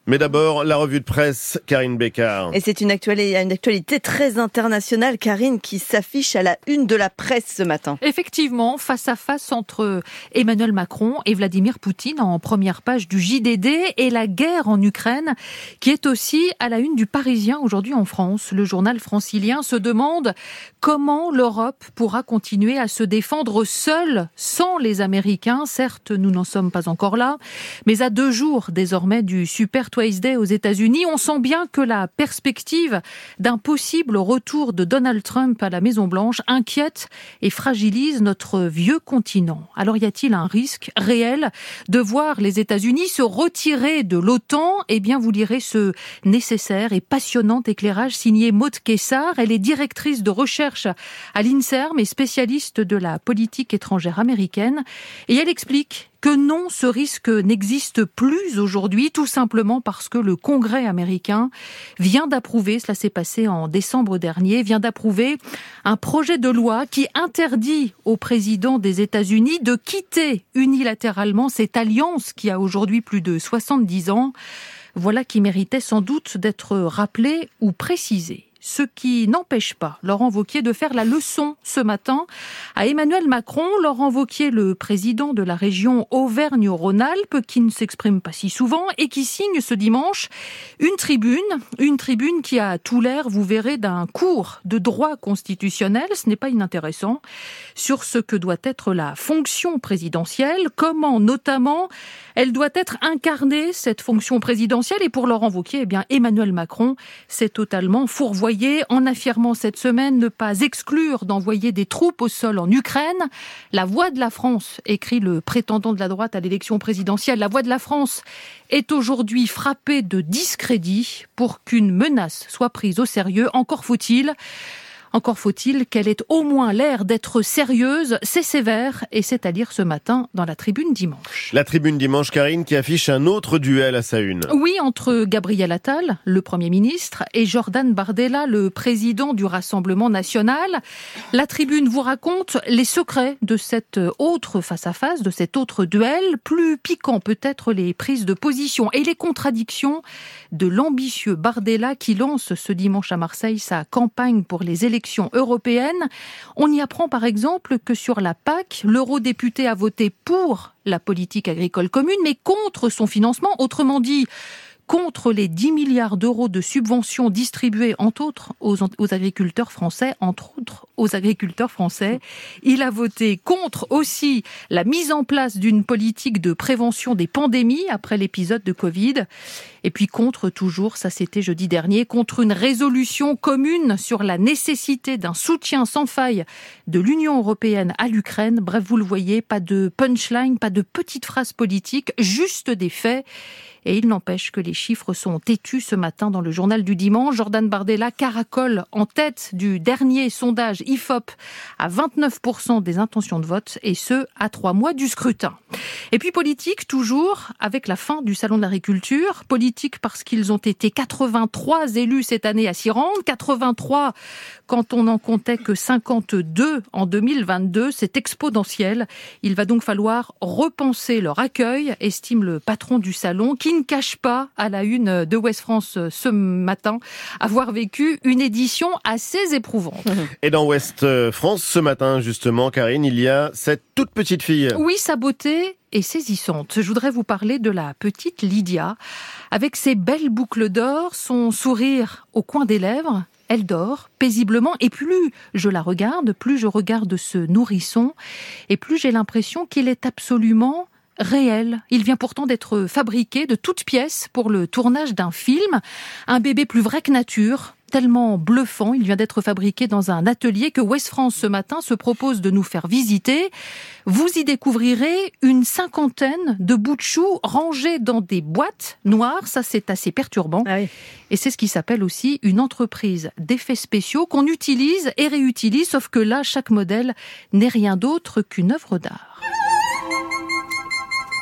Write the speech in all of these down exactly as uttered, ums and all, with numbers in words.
Mais d'abord, la revue de presse, Karine Bécard. Et c'est une actualité, une actualité très internationale, Karine, qui s'affiche à la une de la presse ce matin. Effectivement, face à face entre Emmanuel Macron et Vladimir Poutine en première page du J D D, et la guerre en Ukraine, qui est aussi à la une du Parisien aujourd'hui en France. Le journal francilien se demande comment l'Europe pourra continuer à se défendre seule, sans les Américains. Certes, nous n'en sommes pas encore là, mais à deux jours désormais du Super Tuesday aux États-Unis, on sent bien que la perspective d'un possible retour de Donald Trump à la Maison-Blanche inquiète et fragilise notre vieux continent. Alors y a-t-il un risque réel de voir les États-Unis se retirer de l'OTAN ? Eh bien, vous lirez ce nécessaire et passionnant éclairage signé Maud Kessar. Elle est directrice de recherche à l'INSERM et spécialiste de la politique étrangère américaine. Et elle explique que non, ce risque n'existe plus aujourd'hui, tout simplement parce que le Congrès américain vient d'approuver, cela s'est passé en décembre dernier, vient d'approuver un projet de loi qui interdit au président des États-Unis de quitter unilatéralement cette alliance qui a aujourd'hui plus de soixante-dix ans. Voilà qui méritait sans doute d'être rappelé ou précisé. Ce qui n'empêche pas Laurent Wauquiez de faire la leçon ce matin à Emmanuel Macron. Laurent Wauquiez, le président de la région Auvergne-Rhône-Alpes, qui ne s'exprime pas si souvent et qui signe ce dimanche une tribune, une tribune qui a tout l'air, vous verrez, d'un cours de droit constitutionnel, ce n'est pas inintéressant, sur ce que doit être la fonction présidentielle, comment notamment elle doit être incarnée, cette fonction présidentielle. Et pour Laurent Wauquiez, eh bien, Emmanuel Macron s'est totalement fourvoyé en affirmant cette semaine ne pas exclure d'envoyer des troupes au sol en Ukraine. La voix de la France, écrit le prétendant de la droite à l'élection présidentielle, la voix de la France est aujourd'hui frappée de discrédit pour qu'une menace soit prise au sérieux. Encore faut-il Encore faut-il qu'elle ait au moins l'air d'être sérieuse. C'est sévère et c'est à lire ce matin dans la Tribune dimanche. La Tribune dimanche, Karine, qui affiche un autre duel à sa une. Oui, entre Gabriel Attal, le Premier ministre, et Jordan Bardella, le président du Rassemblement national. La Tribune vous raconte les secrets de cette autre face-à-face, de cet autre duel. Plus piquant peut-être les prises de position et les contradictions de l'ambitieux Bardella qui lance ce dimanche à Marseille sa campagne pour les élections européenne. On y apprend par exemple que sur la P A C, l'eurodéputé a voté pour la politique agricole commune, mais contre son financement. Autrement dit, contre les dix milliards d'euros de subventions distribuées, entre autres, aux, aux agriculteurs français, entre autres aux agriculteurs français. Il a voté contre aussi la mise en place d'une politique de prévention des pandémies après l'épisode de Covid. Et puis contre toujours, ça c'était jeudi dernier, contre une résolution commune sur la nécessité d'un soutien sans faille de l'Union européenne à l'Ukraine. Bref, vous le voyez, pas de punchline, pas de petites phrases politiques, juste des faits. Et il n'empêche que les chiffres sont têtus ce matin dans le journal du dimanche. Jordan Bardella caracole en tête du dernier sondage I F O P à vingt-neuf pour cent des intentions de vote, et ce, à trois mois du scrutin. Et puis politique, toujours, avec la fin du Salon de l'agriculture. Politique parce qu'ils ont été quatre-vingt-trois élus cette année à s'y rendre. quatre-vingt-trois quand on n'en comptait que cinquante-deux en deux mille vingt-deux. C'est exponentiel. Il va donc falloir repenser leur accueil, estime le patron du salon, qui ne cache pas à la une de Ouest France ce matin avoir vécu une édition assez éprouvante. Et dans Ouest France ce matin, justement, Karine, il y a cette toute petite fille. Oui, sa beauté est saisissante. Je voudrais vous parler de la petite Lydia. Avec ses belles boucles d'or, son sourire au coin des lèvres, elle dort paisiblement, et plus je la regarde, plus je regarde ce nourrisson, et plus j'ai l'impression qu'il est absolument réel. Il vient pourtant d'être fabriqué de toutes pièces pour le tournage d'un film. Un bébé plus vrai que nature, tellement bluffant. Il vient d'être fabriqué dans un atelier que Ouest France ce matin se propose de nous faire visiter. Vous y découvrirez une cinquantaine de bouts de choux rangés dans des boîtes noires. Ça, c'est assez perturbant. Ah oui. Et c'est ce qui s'appelle aussi une entreprise d'effets spéciaux qu'on utilise et réutilise, sauf que là, chaque modèle n'est rien d'autre qu'une œuvre d'art.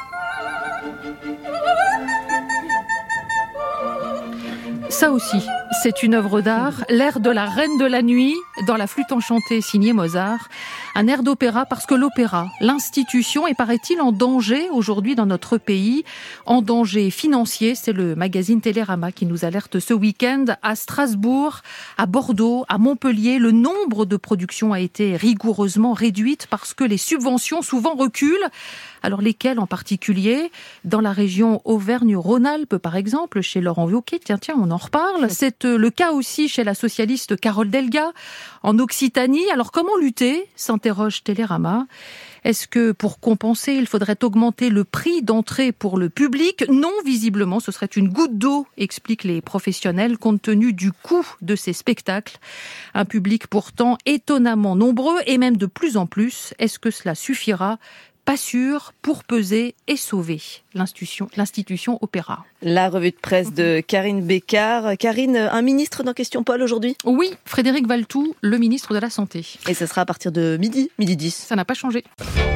Ça aussi, C'est une œuvre d'art, l'air de la Reine de la Nuit, dans la flûte enchantée signée Mozart. Un air d'opéra parce que l'opéra, l'institution, est paraît-il en danger aujourd'hui dans notre pays. En danger financier, c'est le magazine Télérama qui nous alerte ce week-end. À Strasbourg, à Bordeaux, à Montpellier, le nombre de productions a été rigoureusement réduite parce que les subventions souvent reculent. Alors lesquelles en particulier? Dans la région Auvergne-Rhône-Alpes par exemple, chez Laurent Wauquiez, tiens tiens, on en reparle. C'est le cas aussi chez la socialiste Carole Delga, en Occitanie. Alors comment lutter, s'interroge Télérama. Est-ce que pour compenser, il faudrait augmenter le prix d'entrée pour le public? Non, visiblement, ce serait une goutte d'eau, expliquent les professionnels, compte tenu du coût de ces spectacles. Un public pourtant étonnamment nombreux et même de plus en plus. Est-ce que cela suffira? Pas sûr, pour peser et sauver l'institution, l'institution Opéra. La revue de presse de Karine Bécard. Karine, un ministre dans Question Paul aujourd'hui? Oui, Frédéric Valletoux, le ministre de la Santé. Et ce sera à partir de midi, midi dix. Ça n'a pas changé.